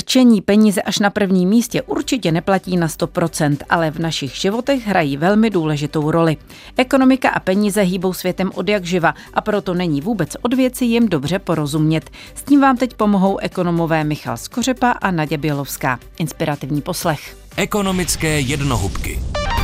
Rčení peníze až na prvním místě určitě neplatí na 100%, ale v našich životech hrají velmi důležitou roli. Ekonomika a peníze hýbou světem odjakživa a proto není vůbec od věci jim dobře porozumět. S tím vám teď pomohou ekonomové Michal Skořepa a Naděja Bělovská. Inspirativní poslech. Ekonomické jednohubky.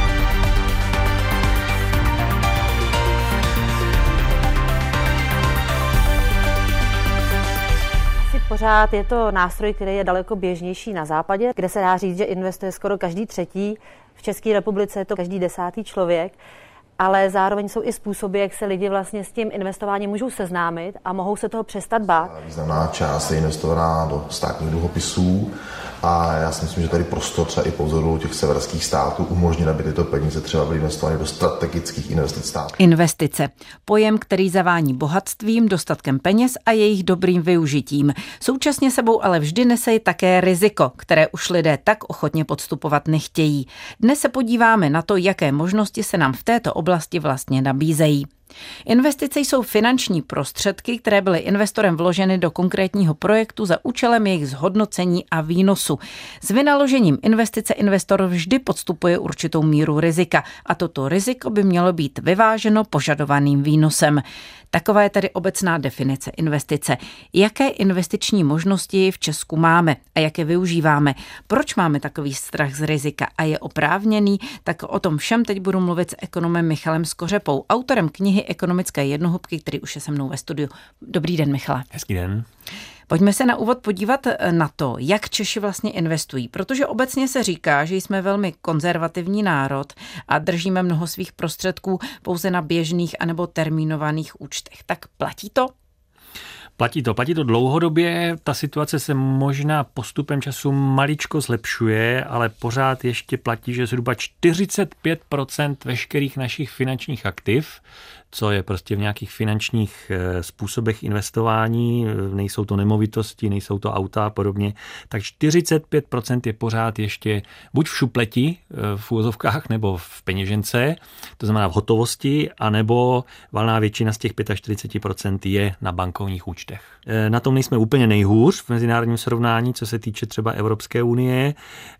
Pořád je to nástroj, který je daleko běžnější na západě, kde se dá říct, že investuje skoro každý třetí. V České republice je to každý 10. člověk, ale zároveň jsou i způsoby, jak se lidi vlastně s tím investováním můžou seznámit a mohou se toho přestat bát. Významná část je investovaná do státních dluhopisů a já si myslím, že tady prostor třeba i po vzoru těch severských států umožnit, aby tyto peníze třeba byly investovány do strategických investic států. Investice. Pojem, který zavání bohatstvím, dostatkem peněz a jejich dobrým využitím. Současně sebou ale vždy nese také riziko, které už lidé tak ochotně podstupovat nechtějí. Dnes se podíváme na to, jaké možnosti se nám v této oblasti vlastně nabízejí. Investice jsou finanční prostředky, které byly investorem vloženy do konkrétního projektu za účelem jejich zhodnocení a výnosu. S vynaložením investice investor vždy podstupuje určitou míru rizika a toto riziko by mělo být vyváženo požadovaným výnosem. Taková je tedy obecná definice investice. Jaké investiční možnosti v Česku máme a jak je využíváme? Proč máme takový strach z rizika a je oprávněný? Tak o tom všem teď budu mluvit s ekonomem Michalem Skořepou, autorem knihy Ekonomické jednohubky, který už je se mnou ve studiu. Dobrý den, Michale. Hezký den. Pojďme se na úvod podívat na to, jak Češi vlastně investují, protože obecně se říká, že jsme velmi konzervativní národ a držíme mnoho svých prostředků pouze na běžných anebo termínovaných účtech. Tak platí to? Platí to dlouhodobě, ta situace se možná postupem času maličko zlepšuje, ale pořád ještě platí, že zhruba 45% veškerých našich finančních aktiv, co je prostě v nějakých finančních způsobech investování, nejsou to nemovitosti, nejsou to auta a podobně, tak 45% je pořád ještě buď v šupleti, v úvozovkách, nebo v peněžence, to znamená v hotovosti, anebo valná většina z těch 45% je na bankovních účtech. Na tom nejsme úplně nejhůř v mezinárodním srovnání, co se týče třeba Evropské unie,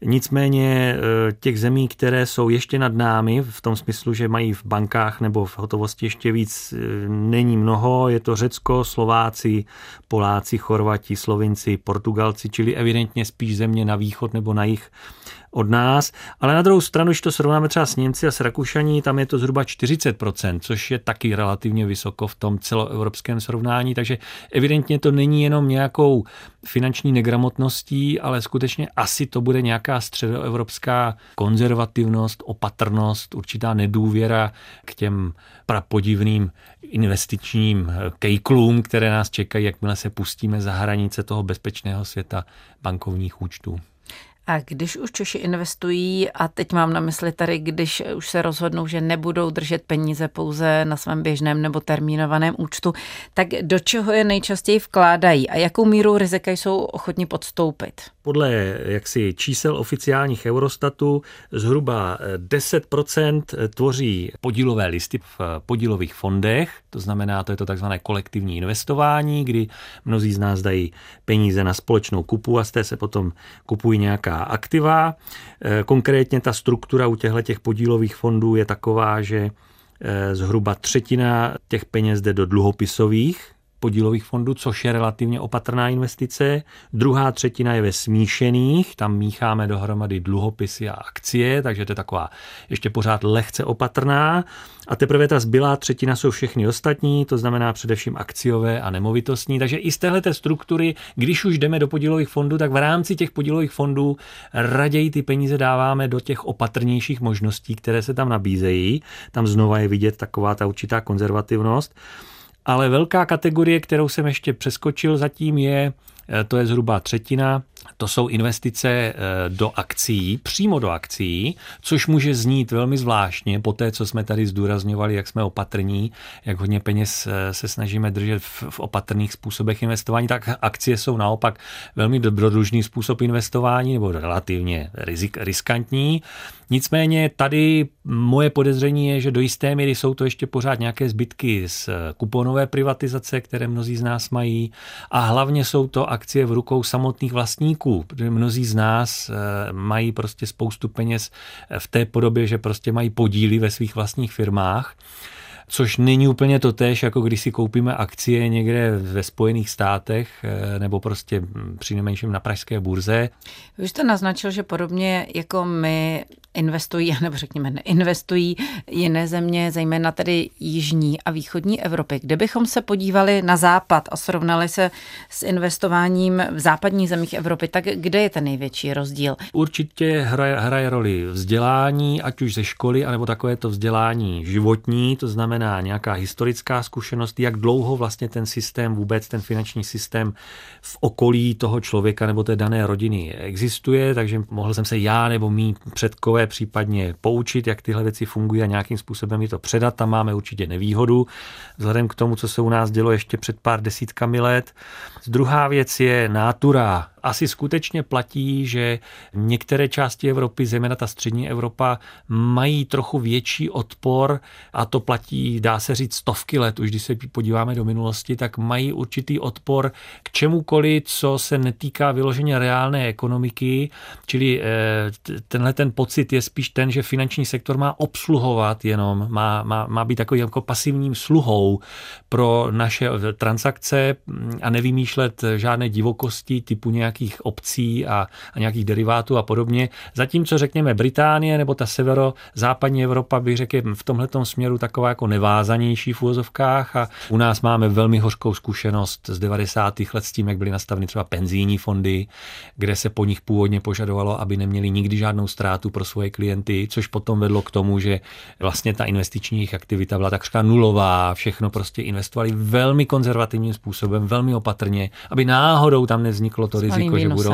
nicméně těch zemí, které jsou ještě nad námi, v tom smyslu, že mají v bankách nebo v hotovosti ještě víc, není mnoho, je to Řecko, Slováci, Poláci, Chorvati, Slovinci, Portugalci, čili evidentně spíš země na východ nebo na jih od nás, ale na druhou stranu, když to srovnáme třeba s Němci a s Rakušaní, tam je to zhruba 40%, což je taky relativně vysoko v tom celoevropském srovnání, takže evidentně to není jenom nějakou finanční negramotností, ale skutečně asi to bude nějaká středoevropská konzervativnost, opatrnost, určitá nedůvěra k těm prapodivným investičním kejklům, které nás čekají, jakmile se pustíme za hranice toho bezpečného světa bankovních účtů. A když už Češi investují, a teď mám na mysli tady, když už se rozhodnou, že nebudou držet peníze pouze na svém běžném nebo termínovaném účtu, tak do čeho je nejčastěji vkládají a jakou míru rizika jsou ochotni podstoupit? Podle jaksi čísel oficiálních Eurostatu zhruba 10% tvoří podílové listy v podílových fondech, to znamená, to je to takzvané kolektivní investování, kdy mnozí z nás dají peníze na společnou kupu a z té se potom kupují nějaká aktiva. Konkrétně ta struktura u těchto podílových fondů je taková, že zhruba třetina těch peněz jde do dluhopisových podílových fondů, což je relativně opatrná investice. Druhá třetina je ve smíšených, tam mícháme dohromady dluhopisy a akcie, takže to je taková ještě pořád lehce opatrná. A teprve ta zbylá třetina jsou všechny ostatní, to znamená především akciové a nemovitostní. Takže i z téhleté struktury, když už jdeme do podílových fondů, tak v rámci těch podílových fondů raději ty peníze dáváme do těch opatrnějších možností, které se tam nabízejí. Tam znova je vidět taková ta určitá konzervativnost. Ale velká kategorie, kterou jsem ještě přeskočil zatím to je zhruba třetina, to jsou investice do akcií, přímo do akcií, což může znít velmi zvláštně po té, co jsme tady zdůrazňovali, jak jsme opatrní, jak hodně peněz se snažíme držet v opatrných způsobech investování, tak akcie jsou naopak velmi dobrodružný způsob investování nebo relativně riskantní. Nicméně tady moje podezření je, že do jisté míry jsou to ještě pořád nějaké zbytky z kuponové privatizace, které mnozí z nás mají, a hlavně jsou to akcie v rukou samotných vlastníků vlastníků. Mnozí z nás mají prostě spoustu peněz v té podobě, že prostě mají podíly ve svých vlastních firmách, což není úplně totéž, jako když si koupíme akcie někde ve Spojených státech nebo prostě přinejmenším na pražské burze. Vy jste naznačil, že podobně jako my investují, nebo řekněme neinvestují jiné země, zejména tedy jižní a východní Evropy. Kdybychom se podívali na západ a srovnali se s investováním v západních zemích Evropy, tak kde je ten největší rozdíl? Určitě hraje roli vzdělání, ať už ze školy, anebo takové to vzdělání životní, to znamená nějaká historická zkušenost, jak dlouho vlastně ten systém, vůbec ten finanční systém v okolí toho člověka nebo té dané rodiny existuje, takže mohl jsem se já nebo mý předkové případně poučit, jak tyhle věci fungují a nějakým způsobem je to předat. Tam máme určitě nevýhodu, vzhledem k tomu, co se u nás dělo ještě před pár desítkami let. Druhá věc je nátura. Asi skutečně platí, že některé části Evropy, zejména ta střední Evropa, mají trochu větší odpor a to platí, dá se říct, stovky let. Už když se podíváme do minulosti, tak mají určitý odpor k čemukoliv, co se netýká vyloženě reálné ekonomiky, čili tenhle ten pocit je spíš ten, že finanční sektor má obsluhovat jenom, má být takovým jako pasivním sluhou pro naše transakce a nevymýšlet žádné divokosti typu nějakých obcí a nějakých derivátů a podobně. Zatímco řekněme Británie nebo ta severozápadní Evropa, bych řekl v tomhletom směru taková jako nevázanější v uvozovkách a u nás máme velmi hořkou zkušenost z 90. let s tím, jak byly nastaveny třeba penzijní fondy, kde se po nich původně požadovalo, aby neměli nikdy žádnou ztrátu pro svoje klienty, což potom vedlo k tomu, že vlastně ta investiční aktivita byla takřka nulová, všechno prostě investovali velmi konzervativním způsobem, velmi opatrně, aby náhodou tam nevzniklo to riziko,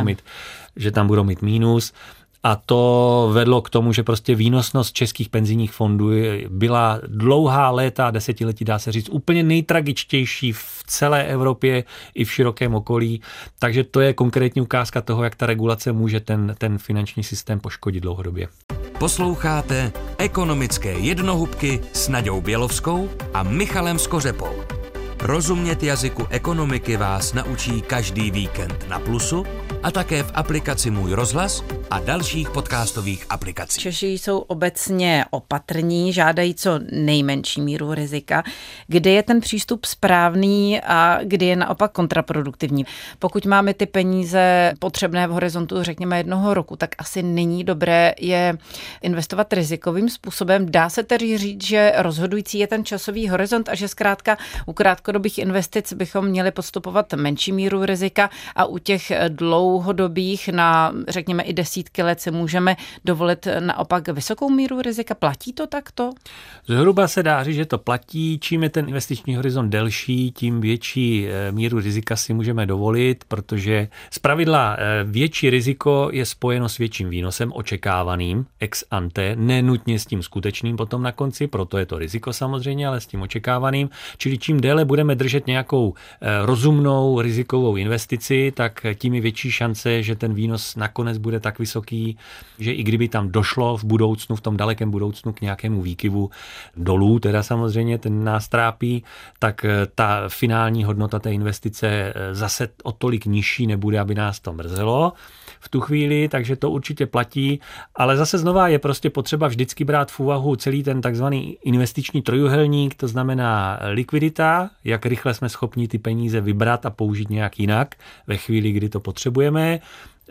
že tam budou mít mínus. A to vedlo k tomu, že prostě výnosnost českých penzijních fondů byla dlouhá léta, desetiletí, dá se říct, úplně nejtragičtější v celé Evropě i v širokém okolí. Takže to je konkrétní ukázka toho, jak ta regulace může ten finanční systém poškodit dlouhodobě. Posloucháte Ekonomické jednohubky s Naďou Bělovskou a Michalem Skořepou. Rozumět jazyku ekonomiky vás naučí každý víkend na Plusu a také v aplikaci Můj rozhlas a dalších podcastových aplikacích. Češi jsou obecně opatrní, žádají co nejmenší míru rizika. Kdy je ten přístup správný a kdy je naopak kontraproduktivní? Pokud máme ty peníze potřebné v horizontu, řekněme 1 roku, tak asi není dobré je investovat rizikovým způsobem. Dá se tedy říct, že rozhodující je ten časový horizont a že zkrátka u krátkodobých investic bychom měli podstupovat menší míru rizika a u těch dlouhodobých na, řekněme, i desítky let si můžeme dovolit naopak vysokou míru rizika. Platí to takto? Zhruba se dá říct, že to platí. Čím je ten investiční horizont delší, tím větší míru rizika si můžeme dovolit, protože zpravidla větší riziko je spojeno s větším výnosem očekávaným ex ante, nenutně s tím skutečným potom na konci, proto je to riziko samozřejmě, ale s tím očekávaným. Čili čím déle budeme držet nějakou rozumnou rizikovou investici, tak tím je větší šance, že ten výnos nakonec bude tak vysoký, že i kdyby tam došlo v budoucnu, v tom dalekém budoucnu k nějakému výkyvu dolů, teda samozřejmě ten nás trápí, tak ta finální hodnota té investice zase o tolik nižší nebude, aby nás to mrzelo v tu chvíli, takže to určitě platí, ale zase znova je prostě potřeba vždycky brát v úvahu celý ten takzvaný investiční trojuhelník, to znamená likvidita, jak rychle jsme schopni ty peníze vybrat a použít nějak jinak ve chvíli, kdy to potřebujeme,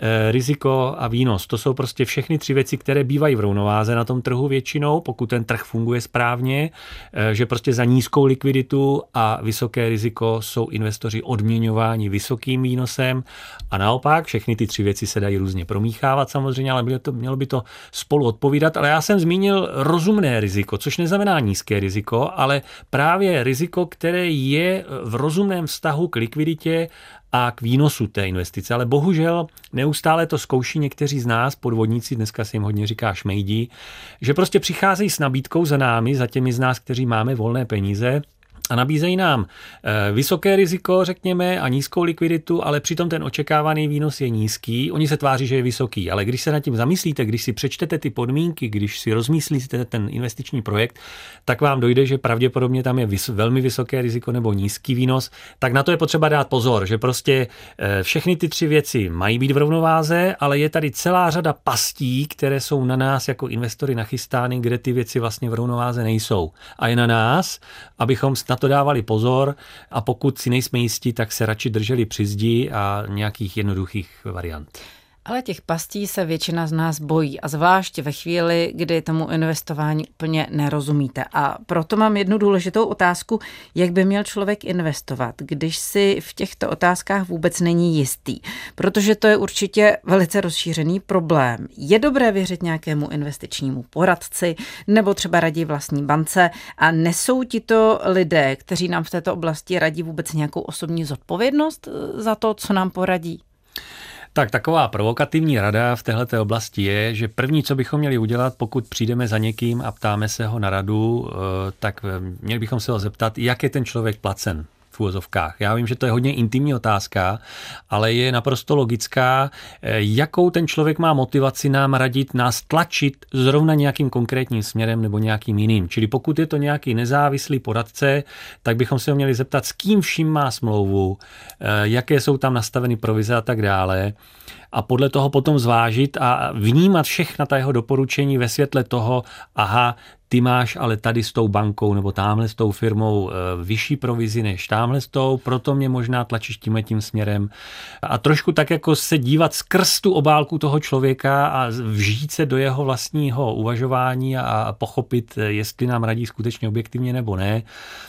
riziko a výnos. To jsou prostě všechny 3 věci, které bývají v rovnováze na tom trhu většinou, pokud ten trh funguje správně, že prostě za nízkou likviditu a vysoké riziko jsou investoři odměňováni vysokým výnosem a naopak všechny ty 3 věci se dají různě promíchávat samozřejmě, ale mělo by to spolu odpovídat, ale já jsem zmínil rozumné riziko, což neznamená nízké riziko, ale právě riziko, které je v rozumném vztahu k likviditě a k výnosu té investice. Ale bohužel neustále to zkouší někteří z nás, podvodníci, dneska se jim hodně říká šmejdi, že prostě přicházejí s nabídkou za námi, za těmi z nás, kteří máme volné peníze a nabízejí nám vysoké riziko, řekněme, a nízkou likviditu, ale přitom ten očekávaný výnos je nízký. Oni se tváří, že je vysoký, ale když se nad tím zamyslíte, když si přečtete ty podmínky, když si rozmyslíte ten investiční projekt, tak vám dojde, že pravděpodobně tam je velmi vysoké riziko nebo nízký výnos. Tak na to je potřeba dát pozor, že prostě všechny ty 3 věci mají být v rovnováze, ale je tady celá řada pastí, které jsou na nás jako investory nachystány, kde ty věci vlastně v rovnováze nejsou. A je na nás, abychom na to dávali pozor a pokud si nejsme jistí, tak se radši drželi při zdi a nějakých jednoduchých variant. Ale těch pastí se většina z nás bojí a zvlášť ve chvíli, kdy tomu investování úplně nerozumíte. A proto mám jednu důležitou otázku, jak by měl člověk investovat, když si v těchto otázkách vůbec není jistý. Protože to je určitě velice rozšířený problém. Je dobré věřit nějakému investičnímu poradci nebo třeba radí vlastní bance a nesou tito lidé, kteří nám v této oblasti radí vůbec nějakou osobní zodpovědnost za to, co nám poradí? Tak taková provokativní rada v téhleté oblasti je, že první, co bychom měli udělat, pokud přijdeme za někým a ptáme se ho na radu, tak měli bychom se ho zeptat, jak je ten člověk placen v úvozovkách. Já vím, že to je hodně intimní otázka, ale je naprosto logická, jakou ten člověk má motivaci nám radit, nás tlačit zrovna nějakým konkrétním směrem nebo nějakým jiným. Čili pokud je to nějaký nezávislý poradce, tak bychom se ho měli zeptat, s kým vším má smlouvu, jaké jsou tam nastaveny provize a tak dále. A podle toho potom zvážit a vnímat všechna ta jeho doporučení ve světle toho, aha, ty máš ale tady s tou bankou nebo tamhle s tou firmou vyšší provizi než tamhle s tou, proto mě možná tlačíš tímhletím směrem. A trošku tak jako se dívat skrz tu obálku toho člověka a vžít se do jeho vlastního uvažování a pochopit, jestli nám radí skutečně objektivně nebo ne.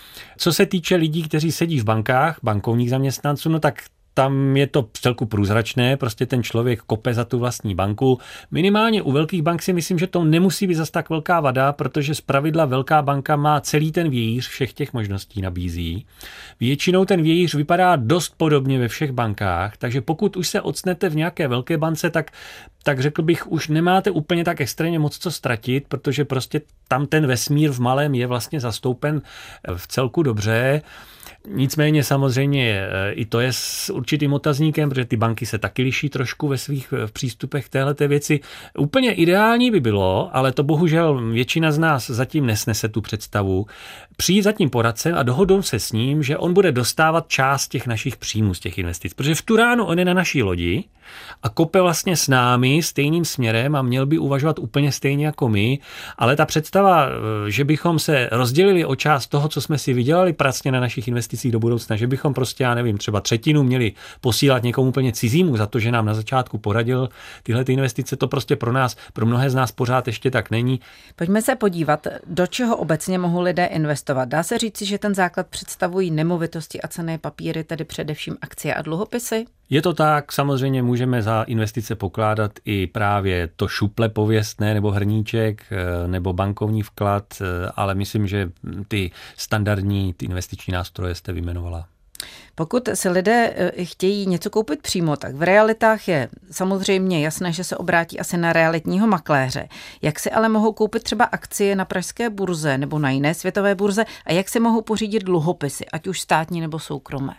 Co se týče lidí, kteří sedí v bankách, bankovních zaměstnanců, no tak tam je to vcelku průzračné, prostě ten člověk kope za tu vlastní banku. Minimálně u velkých bank si myslím, že to nemusí být zas tak velká vada, protože zpravidla velká banka má celý ten vějíř, všech těch možností nabízí. Většinou ten vějíř vypadá dost podobně ve všech bankách, takže pokud už se ocnete v nějaké velké bance, tak řekl bych, už nemáte úplně tak extrémně moc co ztratit, protože prostě tam ten vesmír v malém je vlastně zastoupen v celku dobře. Nicméně samozřejmě i to je s určitým otazníkem, protože ty banky se taky liší trošku ve svých přístupech k téhleté věci. Úplně ideální by bylo, ale to bohužel většina z nás zatím nesnese tu představu, přijít za tím poradcem a dohodnout se s ním, že on bude dostávat část těch našich příjmů z těch investic. Protože v tu ránu on je na naší lodi a kope vlastně s námi stejným směrem a měl by uvažovat úplně stejně jako my, ale ta představa, že bychom se rozdělili o část toho, co jsme si vydělali pracně na našich investicích do budoucna, že bychom prostě, já nevím, třeba 1/3 měli posílat někomu úplně cizímu za to, že nám na začátku poradil tyhle ty investice, to prostě pro nás, pro mnohé z nás pořád ještě tak není. Pojďme se podívat, do čeho obecně mohou lidé investovat. Dá se říci, že ten základ představují nemovitosti a cenné papíry, tedy především akcie a dluhopisy? Je to tak, samozřejmě můžeme za investice pokládat i právě to šuple pověstné nebo hrníček nebo bankovní vklad, ale myslím, že ty standardní ty investiční nástroje jste vyjmenovala. Pokud si lidé chtějí něco koupit přímo, tak v realitách je samozřejmě jasné, že se obrátí asi na realitního makléře. Jak si ale mohou koupit třeba akcie na pražské burze nebo na jiné světové burze a jak si mohou pořídit dluhopisy, ať už státní nebo soukromé?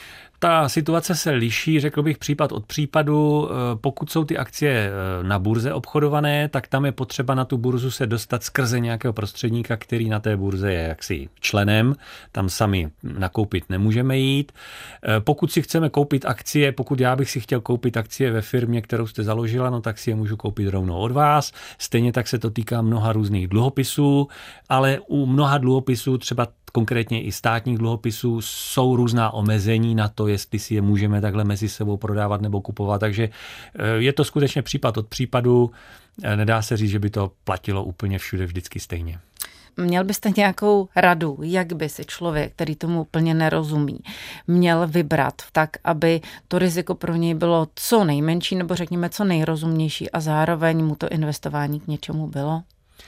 Ta situace se liší, řekl bych, případ od případu. Pokud jsou ty akcie na burze obchodované, tak tam je potřeba na tu burzu se dostat skrze nějakého prostředníka, který na té burze je jaksi členem. Tam sami nakoupit nemůžeme jít. Pokud si chceme koupit akcie, pokud já bych si chtěl koupit akcie ve firmě, kterou jste založila, no tak si je můžu koupit rovnou od vás. Stejně tak se to týká mnoha různých dluhopisů, ale u mnoha dluhopisů, třeba konkrétně i státních dluhopisů, jsou různá omezení na to, jestli si je můžeme takhle mezi sebou prodávat nebo kupovat. Takže je to skutečně případ od případu. Nedá se říct, že by to platilo úplně všude vždycky stejně. Měl byste nějakou radu, jak by si člověk, který tomu úplně nerozumí, měl vybrat tak, aby to riziko pro něj bylo co nejmenší nebo řekněme co nejrozumnější a zároveň mu to investování k něčemu bylo?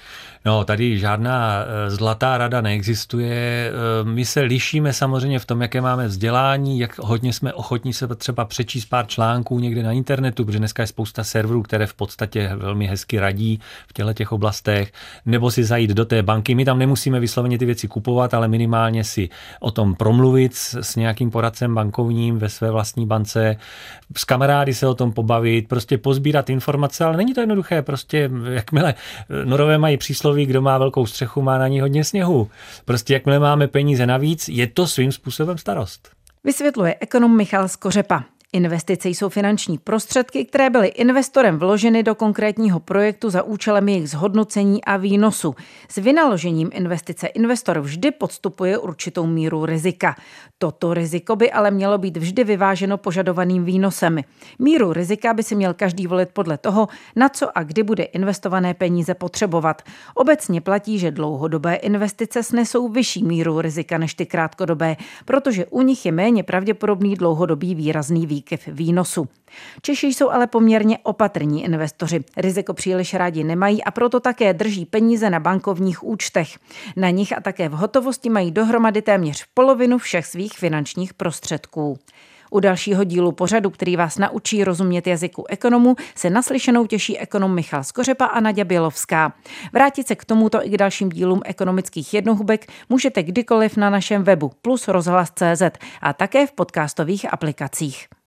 No, tady žádná zlatá rada neexistuje. My se lišíme samozřejmě v tom, jaké máme vzdělání, jak hodně jsme ochotní se třeba přečíst pár článků někde na internetu, protože dneska je spousta serverů, které v podstatě velmi hezky radí v těch oblastech, nebo si zajít do té banky. My tam nemusíme vysloveně ty věci kupovat, ale minimálně si o tom promluvit s nějakým poradcem bankovním ve své vlastní bance, s kamarády se o tom pobavit, prostě pozbírat informace, ale není to jednoduché, prostě jakmile Norové mají přísloví, kdo má velkou střechu, má na ní hodně sněhu. Prostě jakmile máme peníze navíc, je to svým způsobem starost. Vysvětluje ekonom Michal Skořepa. Investice jsou finanční prostředky, které byly investorem vloženy do konkrétního projektu za účelem jejich zhodnocení a výnosu. S vynaložením investice investor vždy podstupuje určitou míru rizika. Toto riziko by ale mělo být vždy vyváženo požadovaným výnosem. Míru rizika by si měl každý volit podle toho, na co a kdy bude investované peníze potřebovat. Obecně platí, že dlouhodobé investice snesou vyšší míru rizika než ty krátkodobé, protože u nich je méně pravděpodobný dlouhodobý výrazný výkyv výnosu. Češi jsou ale poměrně opatrní investoři. Riziko příliš rádi nemají a proto také drží peníze na bankovních účtech. Na nich a také v hotovosti mají dohromady téměř polovinu všech svých finančních prostředků. U dalšího dílu pořadu, který vás naučí rozumět jazyku ekonomů, se naslyšenou těší ekonom Michal Skořepa a Naďa Bělovská. Vrátit se k tomuto i k dalším dílům ekonomických jednohubek můžete kdykoliv na našem webu plus rozhlas.cz a také v podcastových aplikacích.